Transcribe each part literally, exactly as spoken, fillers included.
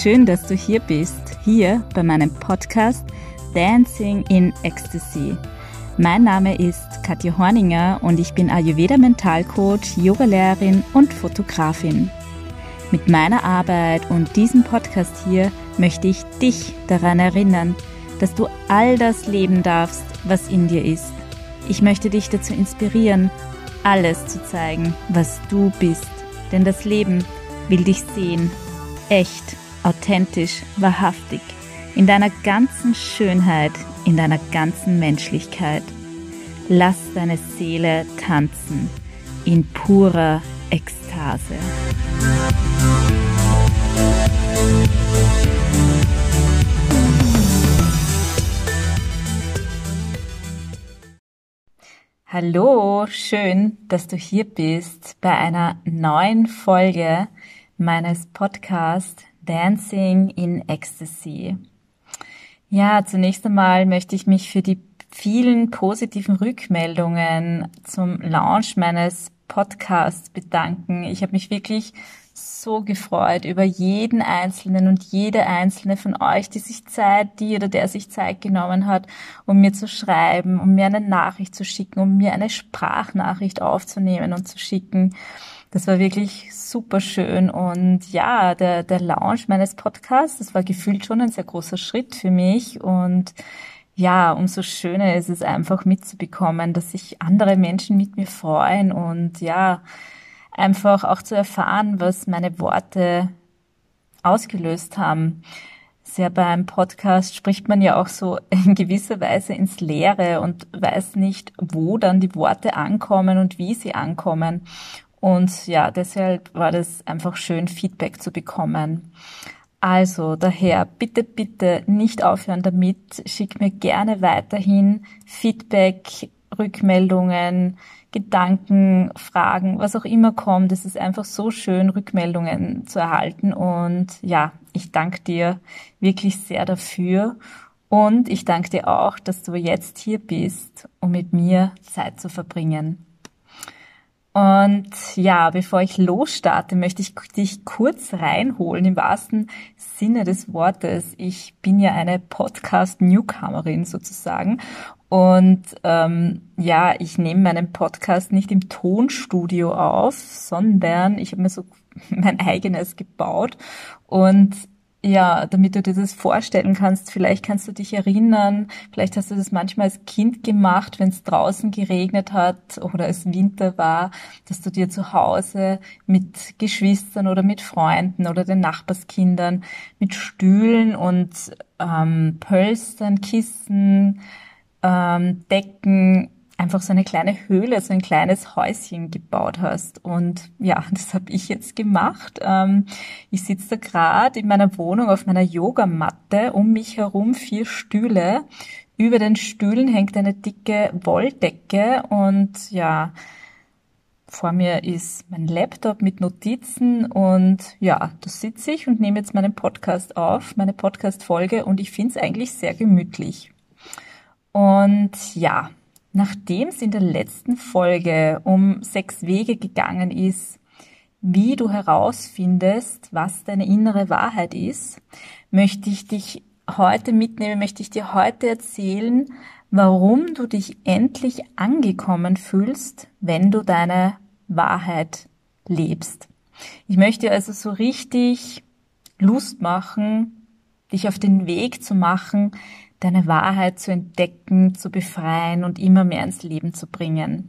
schön, dass du hier bist, hier bei meinem Podcast Dancing in Ecstasy. Mein Name ist Katja Horninger und ich bin Ayurveda-Mentalcoach, Yogalehrerin und Fotografin. Mit meiner Arbeit und diesem Podcast hier möchte ich dich daran erinnern, dass du all das leben darfst, was in dir ist. Ich möchte dich dazu inspirieren, alles zu zeigen, was du bist. Denn das Leben will dich sehen, echt, authentisch, wahrhaftig, in deiner ganzen Schönheit, in deiner ganzen Menschlichkeit. Lass deine Seele tanzen in purer Ekstase. Hallo, schön, dass du hier bist bei einer neuen Folge meines Podcasts Dancing in Ecstasy. Ja, zunächst einmal möchte ich mich für die vielen positiven Rückmeldungen zum Launch meines Podcasts bedanken. Ich habe mich wirklich so gefreut über jeden Einzelnen und jede Einzelne von euch, die sich Zeit, die oder der sich Zeit genommen hat, um mir zu schreiben, um mir eine Nachricht zu schicken, um mir eine Sprachnachricht aufzunehmen und zu schicken. Das war wirklich super schön und ja, der, der Launch meines Podcasts, das war gefühlt schon ein sehr großer Schritt für mich und ja, umso schöner ist es einfach mitzubekommen, dass sich andere Menschen mit mir freuen und ja, einfach auch zu erfahren, was meine Worte ausgelöst haben. Sehr beim Podcast spricht man ja auch so in gewisser Weise ins Leere und weiß nicht, wo dann die Worte ankommen und wie sie ankommen. Und ja, deshalb war das einfach schön, Feedback zu bekommen. Also daher, bitte, bitte nicht aufhören damit. Schick mir gerne weiterhin Feedback, Rückmeldungen, Gedanken, Fragen, was auch immer kommt. Es ist einfach so schön, Rückmeldungen zu erhalten. Und ja, ich danke dir wirklich sehr dafür. Und ich danke dir auch, dass du jetzt hier bist, um mit mir Zeit zu verbringen. Und ja, bevor ich losstarte, möchte ich dich kurz reinholen, im wahrsten Sinne des Wortes. Ich bin ja eine Podcast-Newcomerin sozusagen. Und ähm, ja, ich nehme meinen Podcast nicht im Tonstudio auf, sondern ich habe mir so mein eigenes gebaut. Und ja, damit du dir das vorstellen kannst, vielleicht kannst du dich erinnern, vielleicht hast du das manchmal als Kind gemacht, wenn es draußen geregnet hat oder es Winter war, dass du dir zu Hause mit Geschwistern oder mit Freunden oder den Nachbarskindern mit Stühlen und ähm, Pölstern, Kissen, ähm, Decken, einfach so eine kleine Höhle, so ein kleines Häuschen gebaut hast. Und ja, das habe ich jetzt gemacht. Ähm, ich sitze da gerade in meiner Wohnung auf meiner Yogamatte, um mich herum vier Stühle. Über den Stühlen hängt eine dicke Wolldecke und ja, vor mir ist mein Laptop mit Notizen und ja, da sitze ich und nehme jetzt meinen Podcast auf, meine Podcast-Folge und ich finde es eigentlich sehr gemütlich. Und ja, nachdem es in der letzten Folge um sechs Wege gegangen ist, wie du herausfindest, was deine innere Wahrheit ist, möchte ich dich heute mitnehmen, möchte ich dir heute erzählen, warum du dich endlich angekommen fühlst, wenn du deine Wahrheit lebst. Ich möchte dir also so richtig Lust machen, dich auf den Weg zu machen, deine Wahrheit zu entdecken, zu befreien und immer mehr ins Leben zu bringen.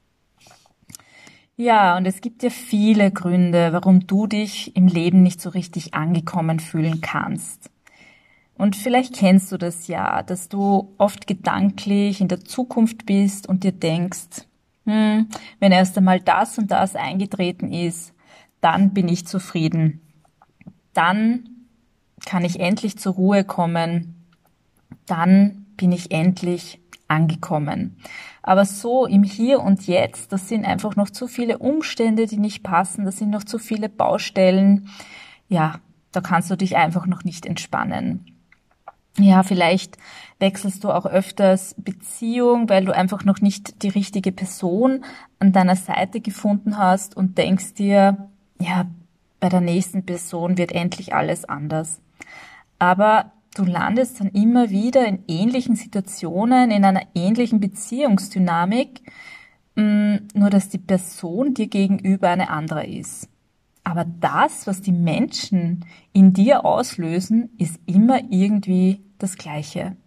Ja, und es gibt ja viele Gründe, warum du dich im Leben nicht so richtig angekommen fühlen kannst. Und vielleicht kennst du das ja, dass du oft gedanklich in der Zukunft bist und dir denkst, hm, wenn erst einmal das und das eingetreten ist, dann bin ich zufrieden. Dann kann ich endlich zur Ruhe kommen. Dann bin ich endlich angekommen. Aber so im Hier und Jetzt, das sind einfach noch zu viele Umstände, die nicht passen, das sind noch zu viele Baustellen. Ja, da kannst du dich einfach noch nicht entspannen. Ja, vielleicht wechselst du auch öfters Beziehung, weil du einfach noch nicht die richtige Person an deiner Seite gefunden hast und denkst dir, ja, bei der nächsten Person wird endlich alles anders. aber du landest dann immer wieder in ähnlichen Situationen, in einer ähnlichen Beziehungsdynamik, nur dass die Person dir gegenüber eine andere ist. Aber das, was die Menschen in dir auslösen, ist immer irgendwie das Gleiche.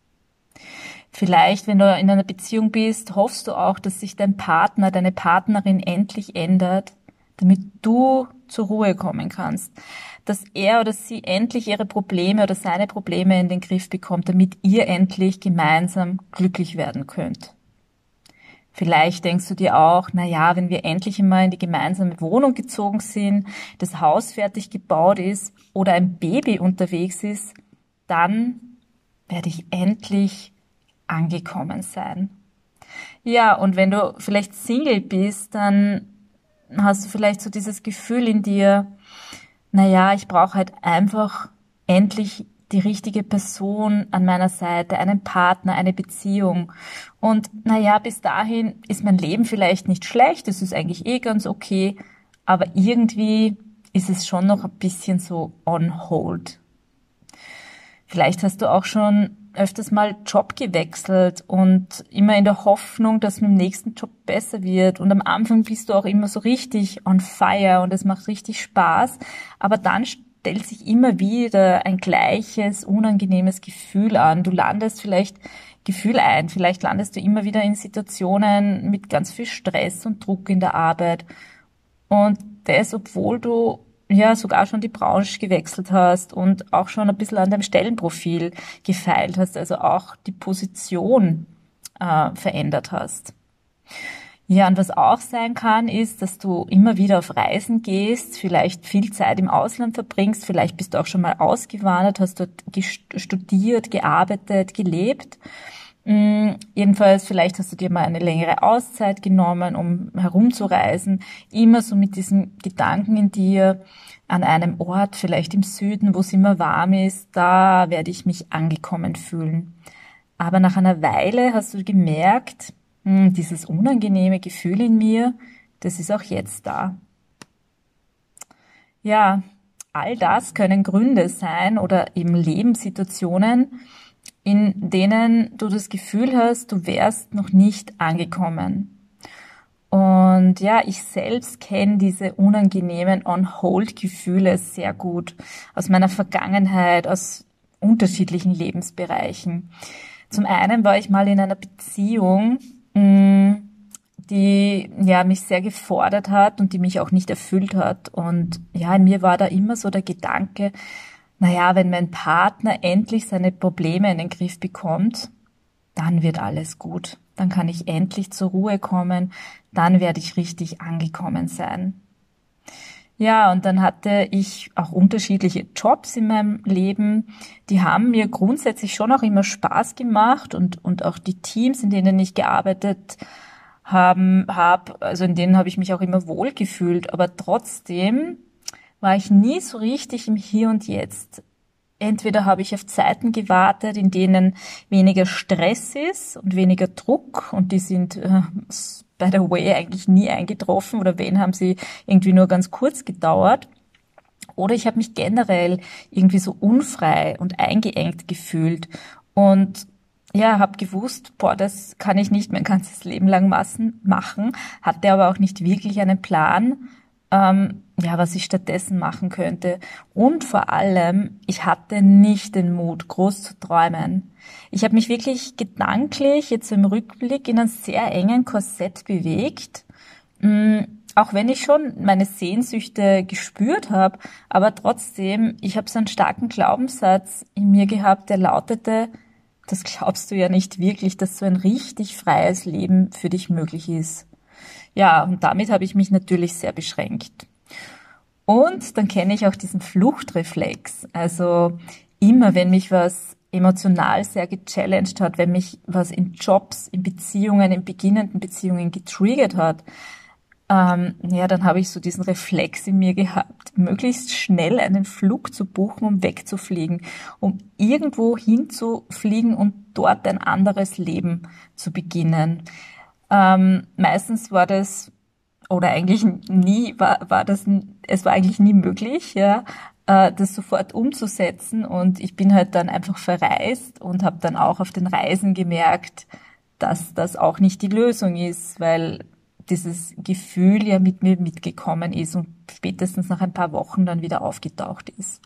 Vielleicht, wenn du in einer Beziehung bist, hoffst du auch, dass sich dein Partner, deine Partnerin endlich ändert, damit du zur Ruhe kommen kannst. Dass er oder sie endlich ihre Probleme oder seine Probleme in den Griff bekommt, damit ihr endlich gemeinsam glücklich werden könnt. Vielleicht denkst du dir auch, na ja, wenn wir endlich einmal in die gemeinsame Wohnung gezogen sind, das Haus fertig gebaut ist oder ein Baby unterwegs ist, dann werde ich endlich angekommen sein. Ja, und wenn du vielleicht Single bist, dann hast du vielleicht so dieses Gefühl in dir, na ja, ich brauche halt einfach endlich die richtige Person an meiner Seite, einen Partner, eine Beziehung. Und naja, bis dahin ist mein Leben vielleicht nicht schlecht, es ist eigentlich eh ganz okay, aber irgendwie ist es schon noch ein bisschen so on hold. Vielleicht hast du auch schon öfters mal Job gewechselt und immer in der Hoffnung, dass mit dem nächsten Job besser wird. Und am Anfang bist du auch immer so richtig on fire und es macht richtig Spaß, aber dann stellt sich immer wieder ein gleiches, unangenehmes Gefühl an. Du landest vielleicht Gefühl ein, vielleicht landest du immer wieder in Situationen mit ganz viel Stress und Druck in der Arbeit. Und das, obwohl du ja sogar schon die Branche gewechselt hast und auch schon ein bisschen an deinem Stellenprofil gefeilt hast, also auch die Position äh, verändert hast. Ja, und was auch sein kann, ist, dass du immer wieder auf Reisen gehst, vielleicht viel Zeit im Ausland verbringst, vielleicht bist du auch schon mal ausgewandert, hast dort studiert, gearbeitet, gelebt. Mm, jedenfalls, vielleicht hast du dir mal eine längere Auszeit genommen, um herumzureisen, immer so mit diesen Gedanken in dir, an einem Ort, vielleicht im Süden, wo es immer warm ist, da werde ich mich angekommen fühlen. Aber nach einer Weile hast du gemerkt, dieses unangenehme Gefühl in mir, das ist auch jetzt da. Ja, all das können Gründe sein oder eben Lebenssituationen, in denen du das Gefühl hast, du wärst noch nicht angekommen. Und ja, ich selbst kenne diese unangenehmen On-Hold-Gefühle sehr gut aus meiner Vergangenheit, aus unterschiedlichen Lebensbereichen. Zum einen war ich mal in einer Beziehung, die ja mich sehr gefordert hat und die mich auch nicht erfüllt hat. Und ja, in mir war da immer so der Gedanke, naja, wenn mein Partner endlich seine Probleme in den Griff bekommt, dann wird alles gut. Dann kann ich endlich zur Ruhe kommen, dann werde ich richtig angekommen sein. Ja, und dann hatte ich auch unterschiedliche Jobs in meinem Leben. Die haben mir grundsätzlich schon auch immer Spaß gemacht und und auch die Teams, in denen ich gearbeitet haben, hab, also in denen habe ich mich auch immer wohl gefühlt. Aber trotzdem war ich nie so richtig im Hier und Jetzt. Entweder habe ich auf Zeiten gewartet, in denen weniger Stress ist und weniger Druck, und die sind äh, by the way eigentlich nie eingetroffen, oder wenn, haben sie irgendwie nur ganz kurz gedauert. Oder ich habe mich generell irgendwie so unfrei und eingeengt gefühlt und ja, habe gewusst, boah, das kann ich nicht mein ganzes Leben lang machen, hatte aber auch nicht wirklich einen Plan, ähm, ja, was ich stattdessen machen könnte. Und vor allem, ich hatte nicht den Mut, groß zu träumen. Ich habe mich wirklich gedanklich jetzt im Rückblick in einem sehr engen Korsett bewegt, mh, auch wenn ich schon meine Sehnsüchte gespürt habe, aber trotzdem, ich habe so einen starken Glaubenssatz in mir gehabt, der lautete: Das glaubst du ja nicht wirklich, dass so ein richtig freies Leben für dich möglich ist. Ja, und damit habe ich mich natürlich sehr beschränkt. Und dann kenne ich auch diesen Fluchtreflex. Also immer, wenn mich was emotional sehr gechallenged hat, wenn mich was in Jobs, in Beziehungen, in beginnenden Beziehungen getriggert hat, ähm, ja, dann habe ich so diesen Reflex in mir gehabt, möglichst schnell einen Flug zu buchen, um wegzufliegen, um irgendwo hinzufliegen und dort ein anderes Leben zu beginnen. Ähm, meistens war das, oder eigentlich nie war, war das, es war eigentlich nie möglich, ja. äh, das sofort umzusetzen. Und ich bin halt dann einfach verreist und habe dann auch auf den Reisen gemerkt, dass das auch nicht die Lösung ist, weil dieses Gefühl ja mit mir mitgekommen ist und spätestens nach ein paar Wochen dann wieder aufgetaucht ist.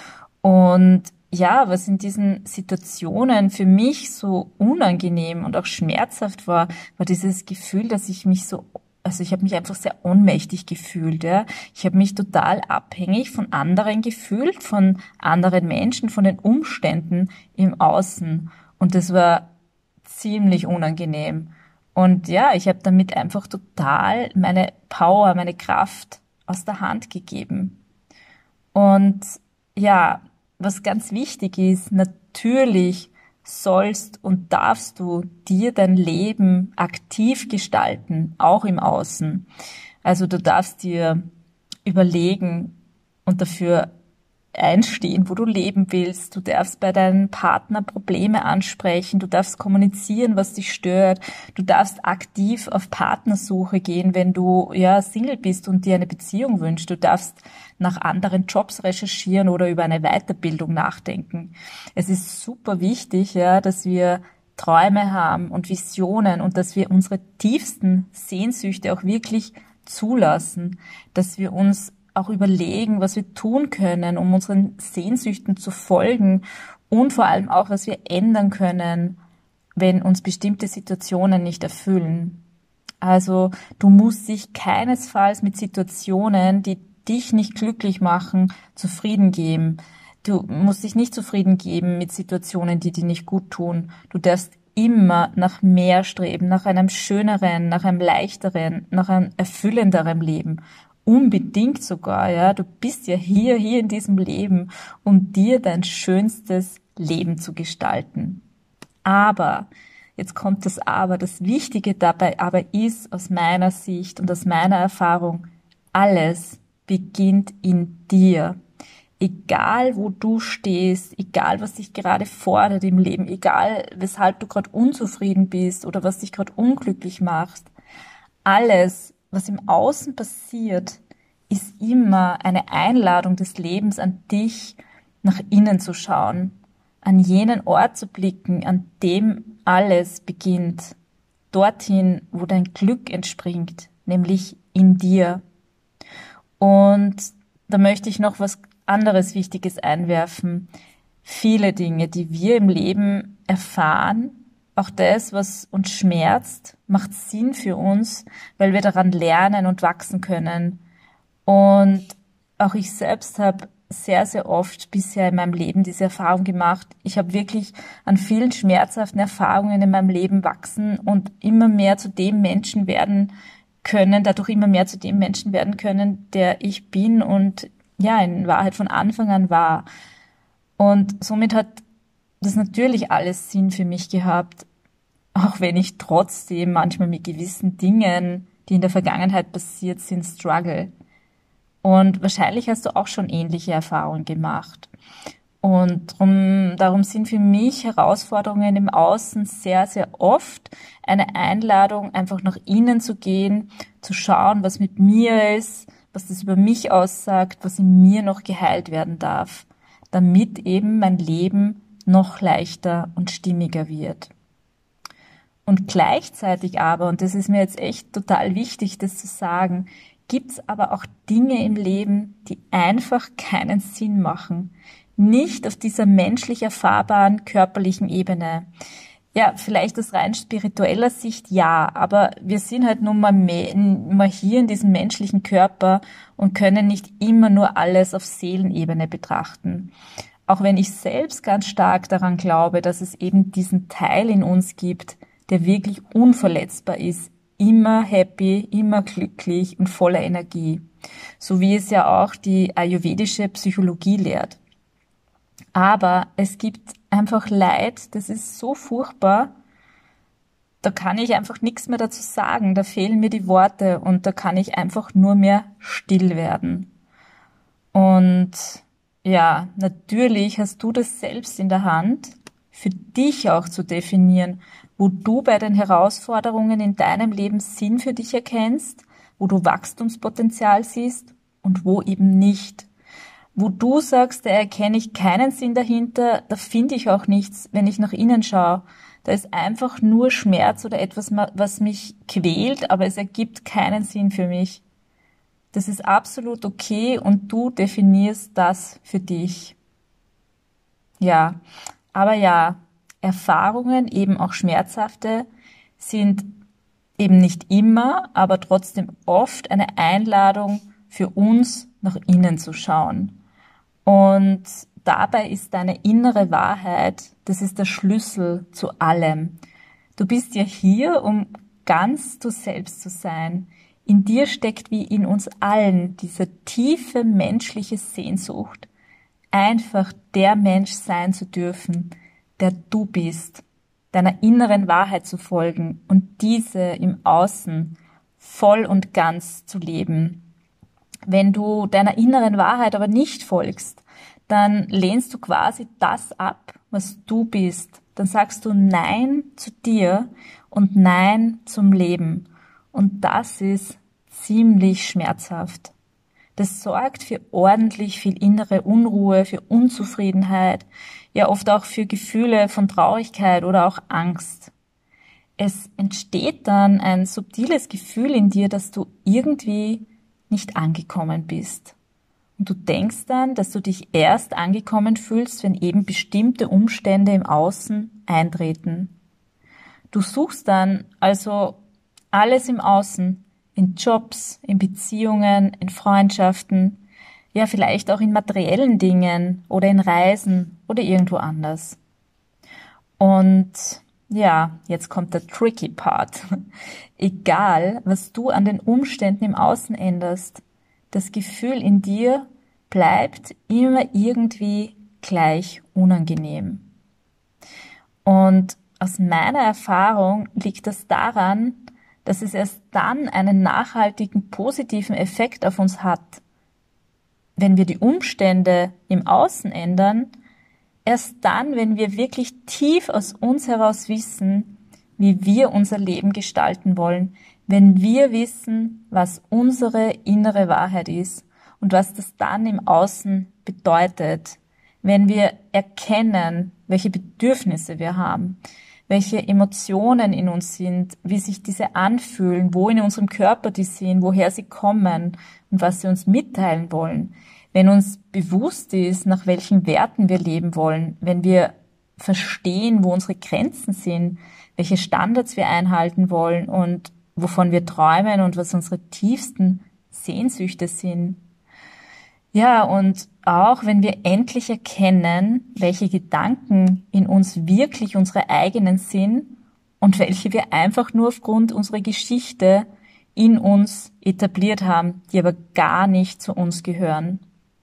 Und ja, was in diesen Situationen für mich so unangenehm und auch schmerzhaft war, war dieses Gefühl, dass ich mich so, also ich habe mich einfach sehr ohnmächtig gefühlt. Ja. Ich habe mich total abhängig von anderen gefühlt, von anderen Menschen, von den Umständen im Außen. Und das war ziemlich unangenehm. Und ja, ich habe damit einfach total meine Power, meine Kraft aus der Hand gegeben. Und ja, was ganz wichtig ist, natürlich sollst und darfst du dir dein Leben aktiv gestalten, auch im Außen. Also du darfst dir überlegen und dafür einstehen, wo du leben willst. Du darfst bei deinem Partner Probleme ansprechen. Du darfst kommunizieren, was dich stört. Du darfst aktiv auf Partnersuche gehen, wenn du ja Single bist und dir eine Beziehung wünschst. Du darfst nach anderen Jobs recherchieren oder über eine Weiterbildung nachdenken. Es ist super wichtig, ja, dass wir Träume haben und Visionen und dass wir unsere tiefsten Sehnsüchte auch wirklich zulassen, dass wir uns auch überlegen, was wir tun können, um unseren Sehnsüchten zu folgen und vor allem auch, was wir ändern können, wenn uns bestimmte Situationen nicht erfüllen. Also du musst dich keinesfalls mit Situationen, die dich nicht glücklich machen, zufrieden geben. Du musst dich nicht zufrieden geben mit Situationen, die dir nicht gut tun. Du darfst immer nach mehr streben, nach einem schöneren, nach einem leichteren, nach einem erfüllenderen Leben. Unbedingt sogar, ja. Du bist ja hier, hier in diesem Leben, um dir dein schönstes Leben zu gestalten. Aber, jetzt kommt das Aber, das Wichtige dabei aber ist aus meiner Sicht und aus meiner Erfahrung, alles beginnt in dir. Egal, wo du stehst, egal, was dich gerade fordert im Leben, egal, weshalb du gerade unzufrieden bist oder was dich gerade unglücklich macht, alles, was im Außen passiert, ist immer eine Einladung des Lebens an dich, nach innen zu schauen, an jenen Ort zu blicken, an dem alles beginnt, dorthin, wo dein Glück entspringt, nämlich in dir. Und da möchte ich noch was anderes Wichtiges einwerfen. Viele Dinge, die wir im Leben erfahren, auch das, was uns schmerzt, macht Sinn für uns, weil wir daran lernen und wachsen können. Und auch ich selbst habe sehr, sehr oft bisher in meinem Leben diese Erfahrung gemacht. Ich habe wirklich an vielen schmerzhaften Erfahrungen in meinem Leben wachsen und immer mehr zu dem Menschen werden können, dadurch immer mehr zu dem Menschen werden können, der ich bin und ja, in Wahrheit von Anfang an war. Und somit hat das natürlich alles Sinn für mich gehabt, auch wenn ich trotzdem manchmal mit gewissen Dingen, die in der Vergangenheit passiert sind, struggle. Und wahrscheinlich hast du auch schon ähnliche Erfahrungen gemacht. Und drum, darum sind für mich Herausforderungen im Außen sehr, sehr oft eine Einladung, einfach nach innen zu gehen, zu schauen, was mit mir ist, was das über mich aussagt, was in mir noch geheilt werden darf, damit eben mein Leben noch leichter und stimmiger wird. Und gleichzeitig aber, und das ist mir jetzt echt total wichtig, das zu sagen, gibt's aber auch Dinge im Leben, die einfach keinen Sinn machen. Nicht auf dieser menschlich erfahrbaren, körperlichen Ebene. Ja, vielleicht aus rein spiritueller Sicht ja, aber wir sind halt nun mal, mehr, nun mal hier in diesem menschlichen Körper und können nicht immer nur alles auf Seelenebene betrachten. Auch wenn ich selbst ganz stark daran glaube, dass es eben diesen Teil in uns gibt, der wirklich unverletzbar ist, immer happy, immer glücklich und voller Energie. So wie es ja auch die ayurvedische Psychologie lehrt. Aber es gibt einfach Leid, das ist so furchtbar, da kann ich einfach nichts mehr dazu sagen, da fehlen mir die Worte und da kann ich einfach nur mehr still werden. Und ja, natürlich hast du das selbst in der Hand, für dich auch zu definieren, wo du bei den Herausforderungen in deinem Leben Sinn für dich erkennst, wo du Wachstumspotenzial siehst und wo eben nicht. Wo du sagst, da erkenne ich keinen Sinn dahinter, da finde ich auch nichts, wenn ich nach innen schaue. Da ist einfach nur Schmerz oder etwas, was mich quält, aber es ergibt keinen Sinn für mich. Das ist absolut okay und du definierst das für dich. Ja, aber ja, Erfahrungen, eben auch schmerzhafte, sind eben nicht immer, aber trotzdem oft eine Einladung für uns, nach innen zu schauen. Und dabei ist deine innere Wahrheit, das ist der Schlüssel zu allem. Du bist ja hier, um ganz du selbst zu sein. In dir steckt wie in uns allen diese tiefe menschliche Sehnsucht, einfach der Mensch sein zu dürfen, der du bist, deiner inneren Wahrheit zu folgen und diese im Außen voll und ganz zu leben. Wenn du deiner inneren Wahrheit aber nicht folgst, dann lehnst du quasi das ab, was du bist. Dann sagst du Nein zu dir und Nein zum Leben. Und das ist ziemlich schmerzhaft. Das sorgt für ordentlich viel innere Unruhe, für Unzufriedenheit, ja oft auch für Gefühle von Traurigkeit oder auch Angst. Es entsteht dann ein subtiles Gefühl in dir, dass du irgendwie nicht angekommen bist. Und du denkst dann, dass du dich erst angekommen fühlst, wenn eben bestimmte Umstände im Außen eintreten. Du suchst dann also alles im Außen, in Jobs, in Beziehungen, in Freundschaften, ja vielleicht auch in materiellen Dingen oder in Reisen oder irgendwo anders. Und ja, jetzt kommt der tricky Part. Egal, was du an den Umständen im Außen änderst, das Gefühl in dir bleibt immer irgendwie gleich unangenehm. Und aus meiner Erfahrung liegt das daran, dass es erst dann einen nachhaltigen positiven Effekt auf uns hat, wenn wir die Umstände im Außen ändern, erst dann, wenn wir wirklich tief aus uns heraus wissen, wie wir unser Leben gestalten wollen, wenn wir wissen, was unsere innere Wahrheit ist und was das dann im Außen bedeutet, wenn wir erkennen, welche Bedürfnisse wir haben, welche Emotionen in uns sind, wie sich diese anfühlen, wo in unserem Körper die sind, woher sie kommen und was sie uns mitteilen wollen. Wenn uns bewusst ist, nach welchen Werten wir leben wollen, wenn wir verstehen, wo unsere Grenzen sind, welche Standards wir einhalten wollen und wovon wir träumen und was unsere tiefsten Sehnsüchte sind. Ja, und auch wenn wir endlich erkennen, welche Gedanken in uns wirklich unsere eigenen sind und welche wir einfach nur aufgrund unserer Geschichte in uns etabliert haben, die aber gar nicht zu uns gehören.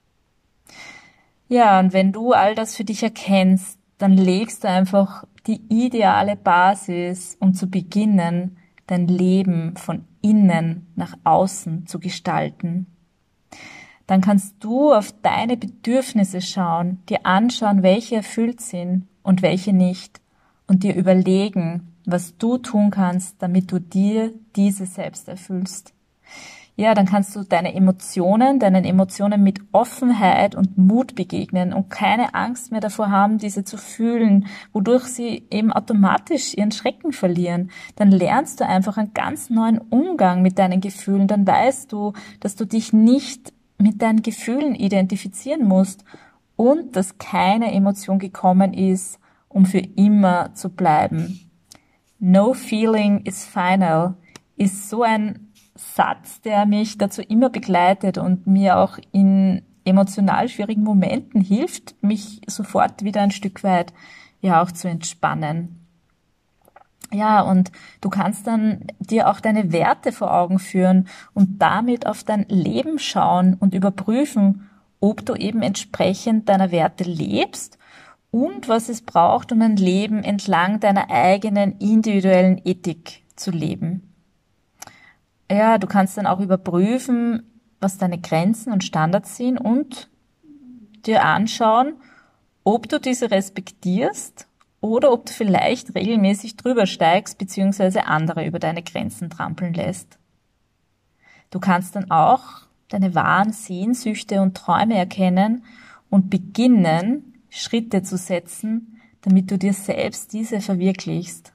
Ja, und wenn du all das für dich erkennst, dann legst du einfach die ideale Basis, um zu beginnen, dein Leben von innen nach außen zu gestalten. Dann kannst du auf deine Bedürfnisse schauen, dir anschauen, welche erfüllt sind und welche nicht und dir überlegen, was du tun kannst, damit du dir diese selbst erfüllst. Ja, dann kannst du deine Emotionen, deinen Emotionen mit Offenheit und Mut begegnen und keine Angst mehr davor haben, diese zu fühlen, wodurch sie eben automatisch ihren Schrecken verlieren. Dann lernst du einfach einen ganz neuen Umgang mit deinen Gefühlen. Dann weißt du, dass du dich nicht mit deinen Gefühlen identifizieren musst und dass keine Emotion gekommen ist, um für immer zu bleiben. No feeling is final ist so ein Satz, der mich dazu immer begleitet und mir auch in emotional schwierigen Momenten hilft, mich sofort wieder ein Stück weit ja auch zu entspannen. Ja, und du kannst dann dir auch deine Werte vor Augen führen und damit auf dein Leben schauen und überprüfen, ob du eben entsprechend deiner Werte lebst und was es braucht, um ein Leben entlang deiner eigenen individuellen Ethik zu leben. Ja, du kannst dann auch überprüfen, was deine Grenzen und Standards sind und dir anschauen, ob du diese respektierst oder ob du vielleicht regelmäßig drüber steigst bzw. andere über deine Grenzen trampeln lässt. Du kannst dann auch deine wahren Sehnsüchte und Träume erkennen und beginnen, Schritte zu setzen, damit du dir selbst diese verwirklichst.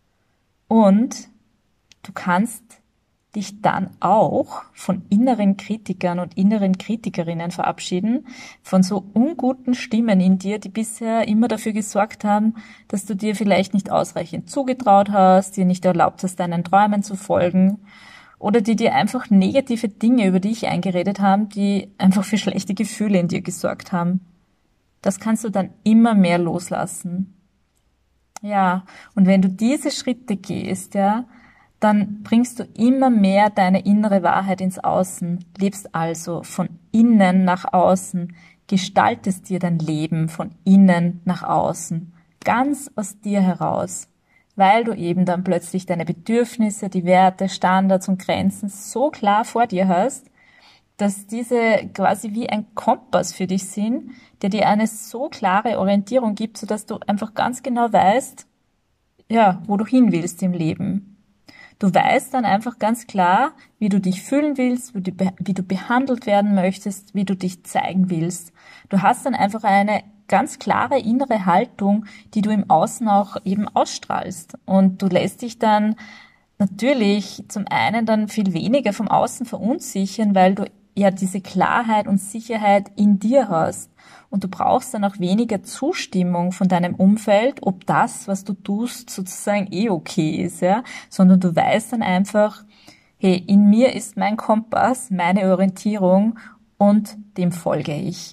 Und du kannst dich dann auch von inneren Kritikern und inneren Kritikerinnen verabschieden, von so unguten Stimmen in dir, die bisher immer dafür gesorgt haben, dass du dir vielleicht nicht ausreichend zugetraut hast, dir nicht erlaubt hast, deinen Träumen zu folgen, oder die dir einfach negative Dinge über dich eingeredet haben, die einfach für schlechte Gefühle in dir gesorgt haben. Das kannst du dann immer mehr loslassen. Ja, und wenn du diese Schritte gehst, ja, dann bringst du immer mehr deine innere Wahrheit ins Außen, lebst also von innen nach außen, gestaltest dir dein Leben von innen nach außen, ganz aus dir heraus, weil du eben dann plötzlich deine Bedürfnisse, die Werte, Standards und Grenzen so klar vor dir hast, dass diese quasi wie ein Kompass für dich sind, der dir eine so klare Orientierung gibt, sodass du einfach ganz genau weißt, ja, wo du hin willst im Leben. Du weißt dann einfach ganz klar, wie du dich fühlen willst, wie du, wie du behandelt werden möchtest, wie du dich zeigen willst. Du hast dann einfach eine ganz klare innere Haltung, die du im Außen auch eben ausstrahlst. Und du lässt dich dann natürlich zum einen dann viel weniger vom Außen verunsichern, weil du ja diese Klarheit und Sicherheit in dir hast. Und du brauchst dann auch weniger Zustimmung von deinem Umfeld, ob das, was du tust, sozusagen eh okay ist, ja, sondern du weißt dann einfach, hey, in mir ist mein Kompass, meine Orientierung und dem folge ich.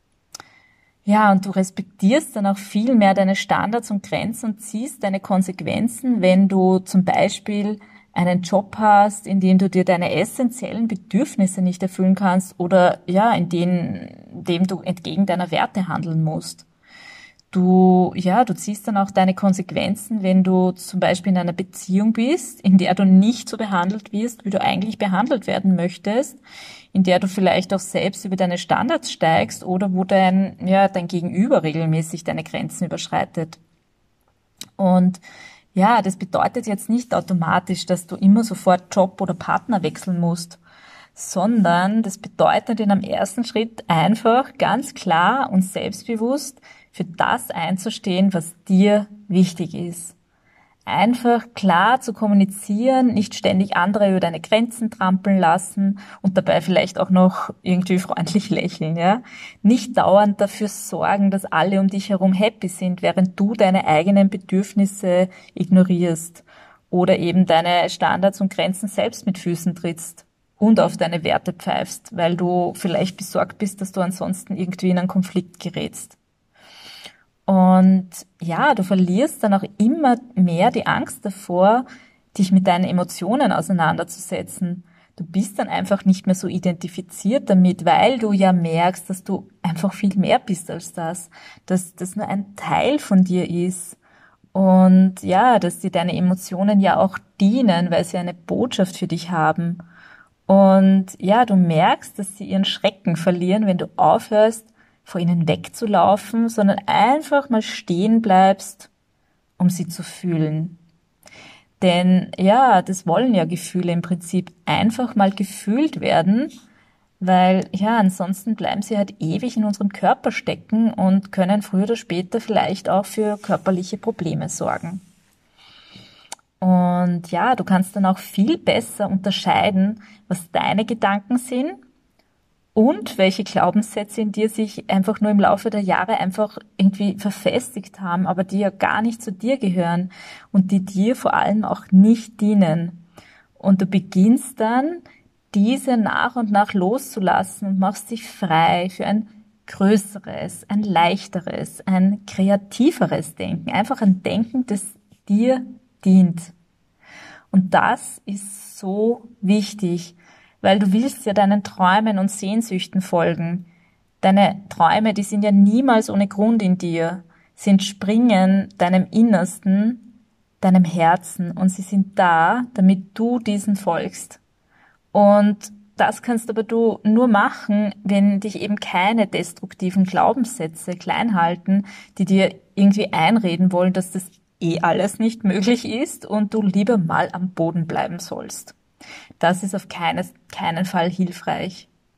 Ja, und du respektierst dann auch viel mehr deine Standards und Grenzen und ziehst deine Konsequenzen, wenn du zum Beispiel einen Job hast, in dem du dir deine essentiellen Bedürfnisse nicht erfüllen kannst oder ja, in dem, in dem du entgegen deiner Werte handeln musst. Du, ja, du ziehst dann auch deine Konsequenzen, wenn du zum Beispiel in einer Beziehung bist, in der du nicht so behandelt wirst, wie du eigentlich behandelt werden möchtest, in der du vielleicht auch selbst über deine Standards steigst oder wo dein, ja, dein Gegenüber regelmäßig deine Grenzen überschreitet. Und ja, das bedeutet jetzt nicht automatisch, dass du immer sofort Job oder Partner wechseln musst, sondern das bedeutet in einem ersten Schritt einfach ganz klar und selbstbewusst für das einzustehen, was dir wichtig ist. Einfach klar zu kommunizieren, nicht ständig andere über deine Grenzen trampeln lassen und dabei vielleicht auch noch irgendwie freundlich lächeln, ja. Nicht dauernd dafür sorgen, dass alle um dich herum happy sind, während du deine eigenen Bedürfnisse ignorierst oder eben deine Standards und Grenzen selbst mit Füßen trittst und auf deine Werte pfeifst, weil du vielleicht besorgt bist, dass du ansonsten irgendwie in einen Konflikt gerätst. Und ja, du verlierst dann auch immer mehr die Angst davor, dich mit deinen Emotionen auseinanderzusetzen. Du bist dann einfach nicht mehr so identifiziert damit, weil du ja merkst, dass du einfach viel mehr bist als das, dass das nur ein Teil von dir ist. Und ja, dass dir deine Emotionen ja auch dienen, weil sie eine Botschaft für dich haben. Und ja, du merkst, dass sie ihren Schrecken verlieren, wenn du aufhörst, vor ihnen wegzulaufen, sondern einfach mal stehen bleibst, um sie zu fühlen. Denn ja, das wollen ja Gefühle im Prinzip einfach mal gefühlt werden, weil ja, ansonsten bleiben sie halt ewig in unserem Körper stecken und können früher oder später vielleicht auch für körperliche Probleme sorgen. Und ja, du kannst dann auch viel besser unterscheiden, was deine Gedanken sind und welche Glaubenssätze in dir sich einfach nur im Laufe der Jahre einfach irgendwie verfestigt haben, aber die ja gar nicht zu dir gehören und die dir vor allem auch nicht dienen. Und du beginnst dann, diese nach und nach loszulassen und machst dich frei für ein größeres, ein leichteres, ein kreativeres Denken. Einfach ein Denken, das dir dient. Und das ist so wichtig, weil du willst ja deinen Träumen und Sehnsüchten folgen. Deine Träume, die sind ja niemals ohne Grund in dir. Sie entspringen deinem Innersten, deinem Herzen und sie sind da, damit du diesen folgst. Und das kannst aber du nur machen, wenn dich eben keine destruktiven Glaubenssätze klein halten, die dir irgendwie einreden wollen, dass das eh alles nicht möglich ist und du lieber mal am Boden bleiben sollst. Das ist auf keines, keinen Fall hilfreich.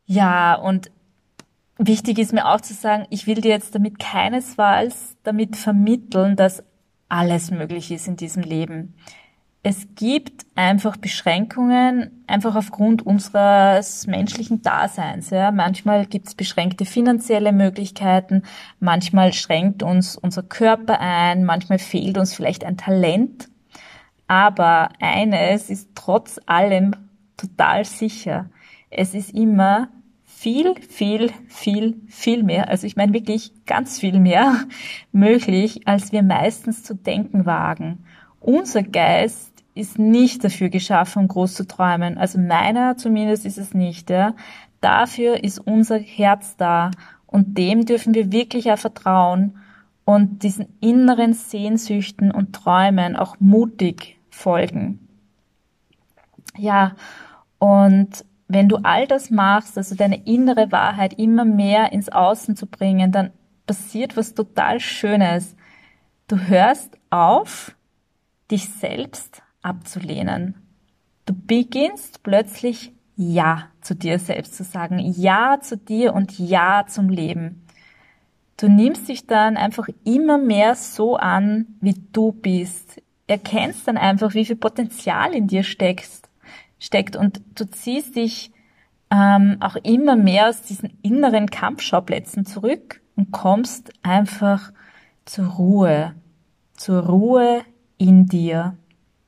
Ja, und wichtig ist mir auch zu sagen, ich will dir jetzt damit keinesfalls damit vermitteln, dass alles möglich ist in diesem Leben. Es gibt einfach Beschränkungen, einfach aufgrund unseres menschlichen Daseins. Ja. Manchmal gibt es beschränkte finanzielle Möglichkeiten, manchmal schränkt uns unser Körper ein, manchmal fehlt uns vielleicht ein Talent. Aber eines ist trotz allem total sicher. Es ist immer viel, viel, viel, viel mehr, also ich meine wirklich ganz viel mehr möglich, als wir meistens zu denken wagen. Unser Geist ist nicht dafür geschaffen, um groß zu träumen. Also meiner zumindest ist es nicht. Ja. Dafür ist unser Herz da und dem dürfen wir wirklich auch vertrauen und diesen inneren Sehnsüchten und Träumen auch mutig folgen. Ja, und wenn du all das machst, also deine innere Wahrheit immer mehr ins Außen zu bringen, dann passiert was total Schönes. Du hörst auf, dich selbst abzulehnen. Du beginnst plötzlich Ja zu dir selbst zu sagen, Ja zu dir und Ja zum Leben. Du nimmst dich dann einfach immer mehr so an, wie du bist. Erkennst dann einfach, wie viel Potenzial in dir steckt, steckt und du ziehst dich ähm, auch immer mehr aus diesen inneren Kampfschauplätzen zurück und kommst einfach zur Ruhe, zur Ruhe in dir.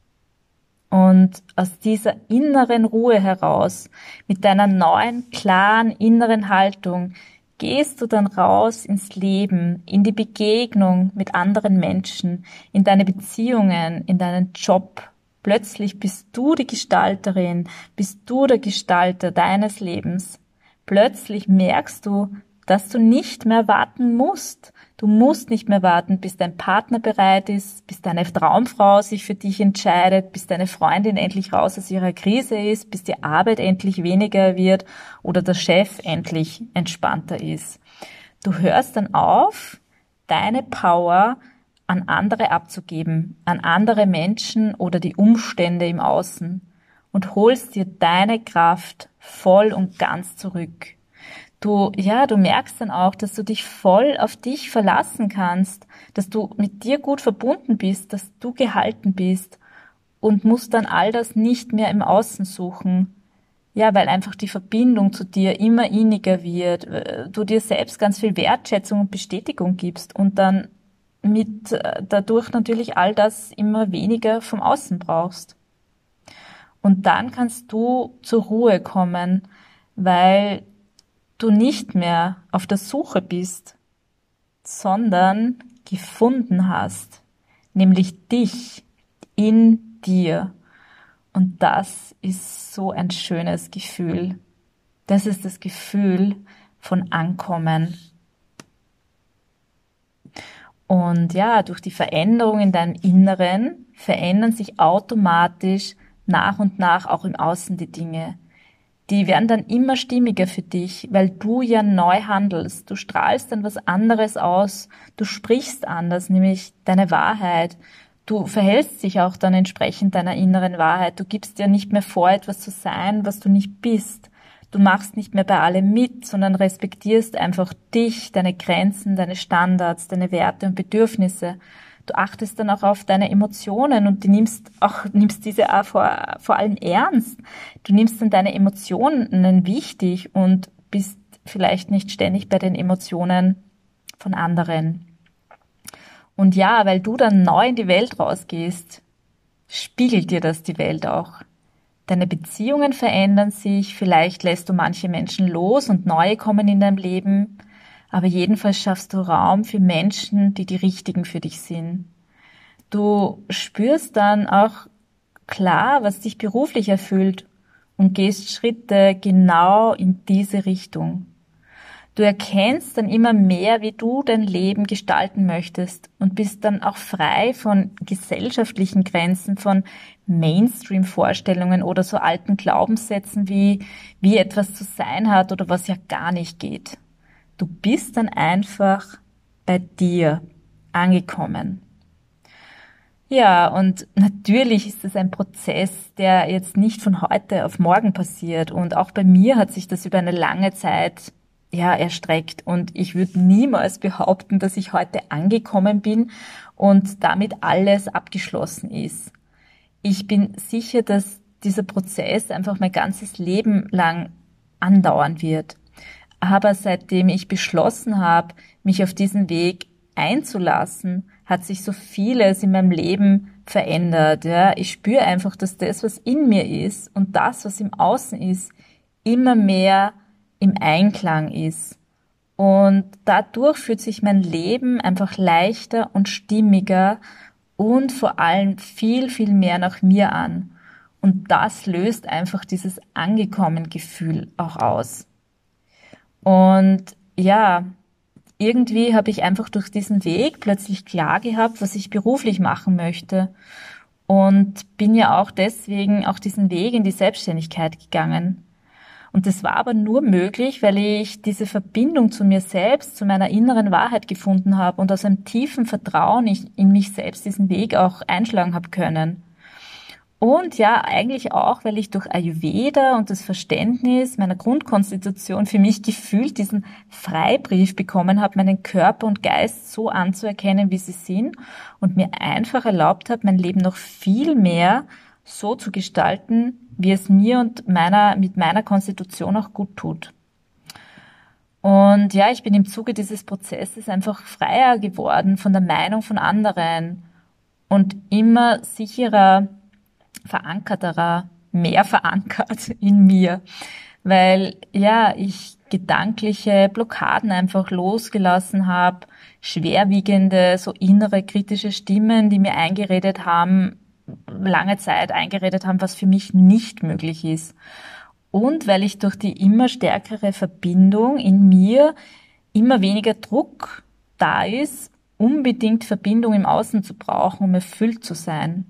Und aus dieser inneren Ruhe heraus, mit deiner neuen, klaren inneren Haltung, gehst du dann raus ins Leben, in die Begegnung mit anderen Menschen, in deine Beziehungen, in deinen Job. Plötzlich bist du die Gestalterin, bist du der Gestalter deines Lebens. Plötzlich merkst du, dass du nicht mehr warten musst. Du musst nicht mehr warten, bis dein Partner bereit ist, bis deine Traumfrau sich für dich entscheidet, bis deine Freundin endlich raus aus ihrer Krise ist, bis die Arbeit endlich weniger wird oder der Chef endlich entspannter ist. Du hörst dann auf, deine Power an andere abzugeben, an andere Menschen oder die Umstände im Außen und holst dir deine Kraft voll und ganz zurück. Du, ja, du merkst dann auch, dass du dich voll auf dich verlassen kannst, dass du mit dir gut verbunden bist, dass du gehalten bist und musst dann all das nicht mehr im Außen suchen. Ja, weil einfach die Verbindung zu dir immer inniger wird, du dir selbst ganz viel Wertschätzung und Bestätigung gibst und dann mit dadurch natürlich all das immer weniger vom Außen brauchst. Und dann kannst du zur Ruhe kommen, weil du nicht mehr auf der Suche bist, sondern gefunden hast, nämlich dich in dir. Und das ist so ein schönes Gefühl. Das ist das Gefühl von Ankommen. Und ja, durch die Veränderung in deinem Inneren verändern sich automatisch nach und nach auch im Außen die Dinge. Die werden dann immer stimmiger für dich, weil du ja neu handelst. Du strahlst dann was anderes aus. Du sprichst anders, nämlich deine Wahrheit. Du verhältst dich auch dann entsprechend deiner inneren Wahrheit. Du gibst dir nicht mehr vor, etwas zu sein, was du nicht bist. Du machst nicht mehr bei allem mit, sondern respektierst einfach dich, deine Grenzen, deine Standards, deine Werte und Bedürfnisse. Du achtest dann auch auf deine Emotionen und du nimmst auch, nimmst diese auch vor, vor allem ernst. Du nimmst dann deine Emotionen wichtig und bist vielleicht nicht ständig bei den Emotionen von anderen. Und ja, weil du dann neu in die Welt rausgehst, spiegelt dir das die Welt auch. Deine Beziehungen verändern sich, vielleicht lässt du manche Menschen los und neue kommen in dein Leben. Aber jedenfalls schaffst du Raum für Menschen, die die richtigen für dich sind. Du spürst dann auch klar, was dich beruflich erfüllt und gehst Schritte genau in diese Richtung. Du erkennst dann immer mehr, wie du dein Leben gestalten möchtest und bist dann auch frei von gesellschaftlichen Grenzen, von Mainstream-Vorstellungen oder so alten Glaubenssätzen wie, wie etwas zu sein hat oder was ja gar nicht geht. Du bist dann einfach bei dir angekommen. Ja, und natürlich ist es ein Prozess, der jetzt nicht von heute auf morgen passiert. Und auch bei mir hat sich das über eine lange Zeit, ja, erstreckt. Und ich würde niemals behaupten, dass ich heute angekommen bin und damit alles abgeschlossen ist. Ich bin sicher, dass dieser Prozess einfach mein ganzes Leben lang andauern wird. Aber seitdem ich beschlossen habe, mich auf diesen Weg einzulassen, hat sich so vieles in meinem Leben verändert. Ja, ich spüre einfach, dass das, was in mir ist und das, was im Außen ist, immer mehr im Einklang ist. Und dadurch fühlt sich mein Leben einfach leichter und stimmiger und vor allem viel, viel mehr nach mir an. Und das löst einfach dieses Angekommen-Gefühl auch aus. Und ja, irgendwie habe ich einfach durch diesen Weg plötzlich klar gehabt, was ich beruflich machen möchte. Und bin ja auch deswegen auch diesen Weg in die Selbstständigkeit gegangen. Und das war aber nur möglich, weil ich diese Verbindung zu mir selbst, zu meiner inneren Wahrheit gefunden habe und aus einem tiefen Vertrauen in mich selbst diesen Weg auch einschlagen habe können. Und ja, eigentlich auch, weil ich durch Ayurveda und das Verständnis meiner Grundkonstitution für mich gefühlt diesen Freibrief bekommen habe, meinen Körper und Geist so anzuerkennen, wie sie sind und mir einfach erlaubt habe, mein Leben noch viel mehr so zu gestalten, wie es mir und meiner, mit meiner Konstitution auch gut tut. Und ja, ich bin im Zuge dieses Prozesses einfach freier geworden von der Meinung von anderen und immer sicherer, verankerterer, mehr verankert in mir, weil ja, ich gedankliche Blockaden einfach losgelassen habe, schwerwiegende, so innere kritische Stimmen, die mir eingeredet haben, lange Zeit eingeredet haben, was für mich nicht möglich ist. Und weil ich durch die immer stärkere Verbindung in mir immer weniger Druck da ist, unbedingt Verbindung im Außen zu brauchen, um erfüllt zu sein.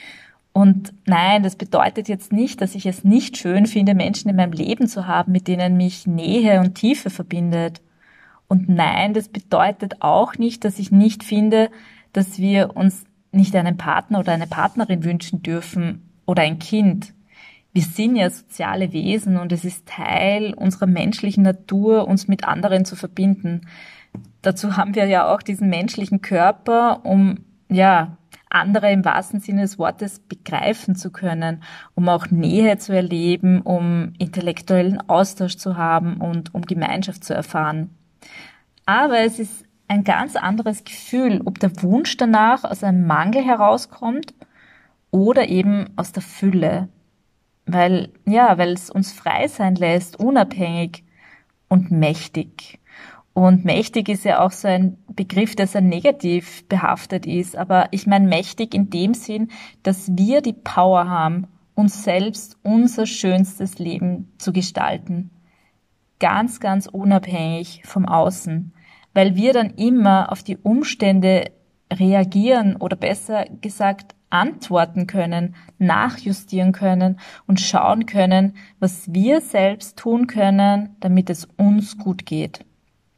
Und nein, das bedeutet jetzt nicht, dass ich es nicht schön finde, Menschen in meinem Leben zu haben, mit denen mich Nähe und Tiefe verbindet. Und nein, das bedeutet auch nicht, dass ich nicht finde, dass wir uns nicht einen Partner oder eine Partnerin wünschen dürfen oder ein Kind. Wir sind ja soziale Wesen und es ist Teil unserer menschlichen Natur, uns mit anderen zu verbinden. Dazu haben wir ja auch diesen menschlichen Körper, um, ja, andere im wahrsten Sinne des Wortes begreifen zu können, um auch Nähe zu erleben, um intellektuellen Austausch zu haben und um Gemeinschaft zu erfahren. Aber es ist ein ganz anderes Gefühl, ob der Wunsch danach aus einem Mangel herauskommt oder eben aus der Fülle. Weil, ja, weil es uns frei sein lässt, unabhängig und mächtig. Und mächtig ist ja auch so ein Begriff, der sehr negativ behaftet ist. Aber ich meine mächtig in dem Sinn, dass wir die Power haben, uns selbst unser schönstes Leben zu gestalten. Ganz, ganz unabhängig vom Außen. Weil wir dann immer auf die Umstände reagieren oder besser gesagt antworten können, nachjustieren können und schauen können, was wir selbst tun können, damit es uns gut geht.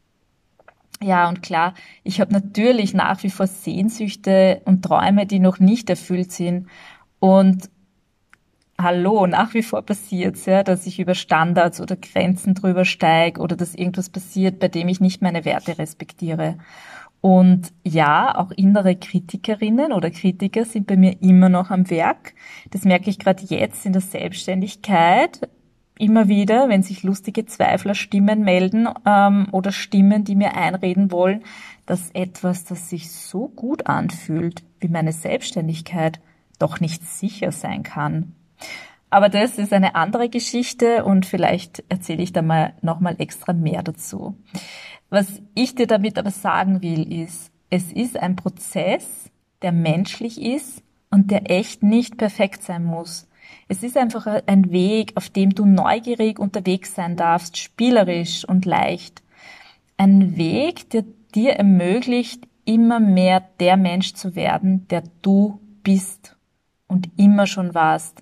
Ja, und klar, ich habe natürlich nach wie vor Sehnsüchte und Träume, die noch nicht erfüllt sind. Und hallo, nach wie vor passiert's, ja, dass ich über Standards oder Grenzen drüber steige oder dass irgendwas passiert, bei dem ich nicht meine Werte respektiere. Und ja, auch innere Kritikerinnen oder Kritiker sind bei mir immer noch am Werk. Das merke ich gerade jetzt in der Selbstständigkeit. Immer wieder, wenn sich lustige Zweiflerstimmen melden ähm, oder Stimmen, die mir einreden wollen, dass etwas, das sich so gut anfühlt wie meine Selbstständigkeit, doch nicht sicher sein kann. Aber das ist eine andere Geschichte und vielleicht erzähle ich da mal nochmal extra mehr dazu. Was ich dir damit aber sagen will, ist, es ist ein Prozess, der menschlich ist und der echt nicht perfekt sein muss. Es ist einfach ein Weg, auf dem du neugierig unterwegs sein darfst, spielerisch und leicht. Ein Weg, der dir ermöglicht, immer mehr der Mensch zu werden, der du bist und immer schon warst.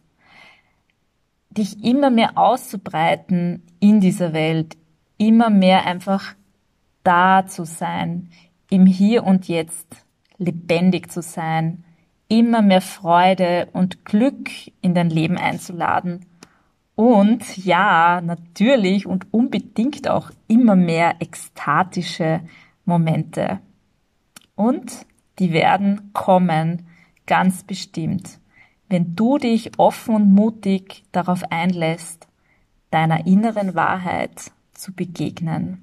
Dich immer mehr auszubreiten in dieser Welt, immer mehr einfach da zu sein, im Hier und Jetzt, lebendig zu sein, immer mehr Freude und Glück in dein Leben einzuladen. Und ja, natürlich und unbedingt auch immer mehr ekstatische Momente. Und die werden kommen, ganz bestimmt, wenn du dich offen und mutig darauf einlässt, deiner inneren Wahrheit zu begegnen.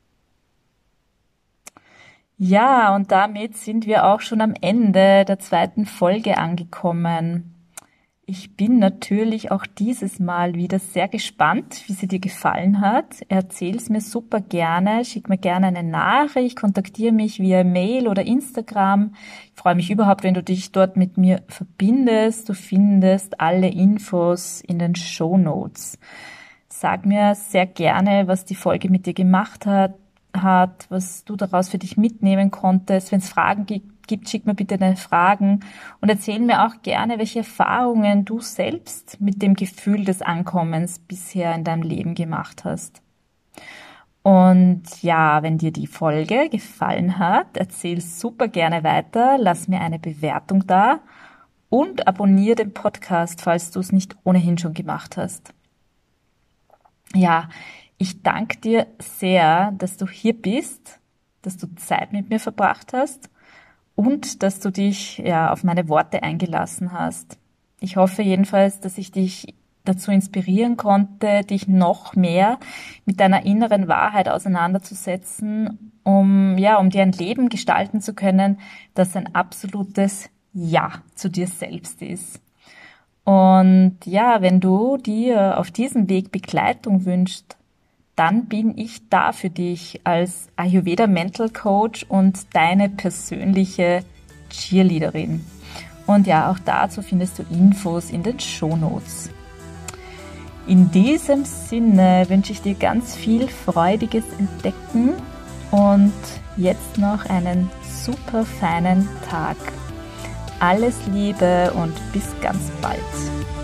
Ja, und damit sind wir auch schon am Ende der zweiten Folge angekommen. Ich bin natürlich auch dieses Mal wieder sehr gespannt, wie sie dir gefallen hat. Erzähl's mir super gerne, schick mir gerne eine Nachricht, kontaktiere mich via Mail oder Instagram. Ich freue mich überhaupt, wenn du dich dort mit mir verbindest. Du findest alle Infos in den Shownotes. Sag mir sehr gerne, was die Folge mit dir gemacht hat, hat, was du daraus für dich mitnehmen konntest. Wenn es Fragen gibt, gibt, schick mir bitte deine Fragen und erzähl mir auch gerne, welche Erfahrungen du selbst mit dem Gefühl des Ankommens bisher in deinem Leben gemacht hast. Und ja, wenn dir die Folge gefallen hat, erzähl super gerne weiter, lass mir eine Bewertung da und abonniere den Podcast, falls du es nicht ohnehin schon gemacht hast. Ja, ich danke dir sehr, dass du hier bist, dass du Zeit mit mir verbracht hast und dass du dich ja auf meine Worte eingelassen hast. Ich hoffe jedenfalls, dass ich dich dazu inspirieren konnte, dich noch mehr mit deiner inneren Wahrheit auseinanderzusetzen, um ja, um dir ein Leben gestalten zu können, das ein absolutes Ja zu dir selbst ist. Und ja, wenn du dir auf diesem Weg Begleitung wünschst, dann bin ich da für dich als Ayurveda Mental Coach und deine persönliche Cheerleaderin. Und ja, auch dazu findest du Infos in den Shownotes. In diesem Sinne wünsche ich dir ganz viel freudiges Entdecken und jetzt noch einen super feinen Tag. Alles Liebe und bis ganz bald.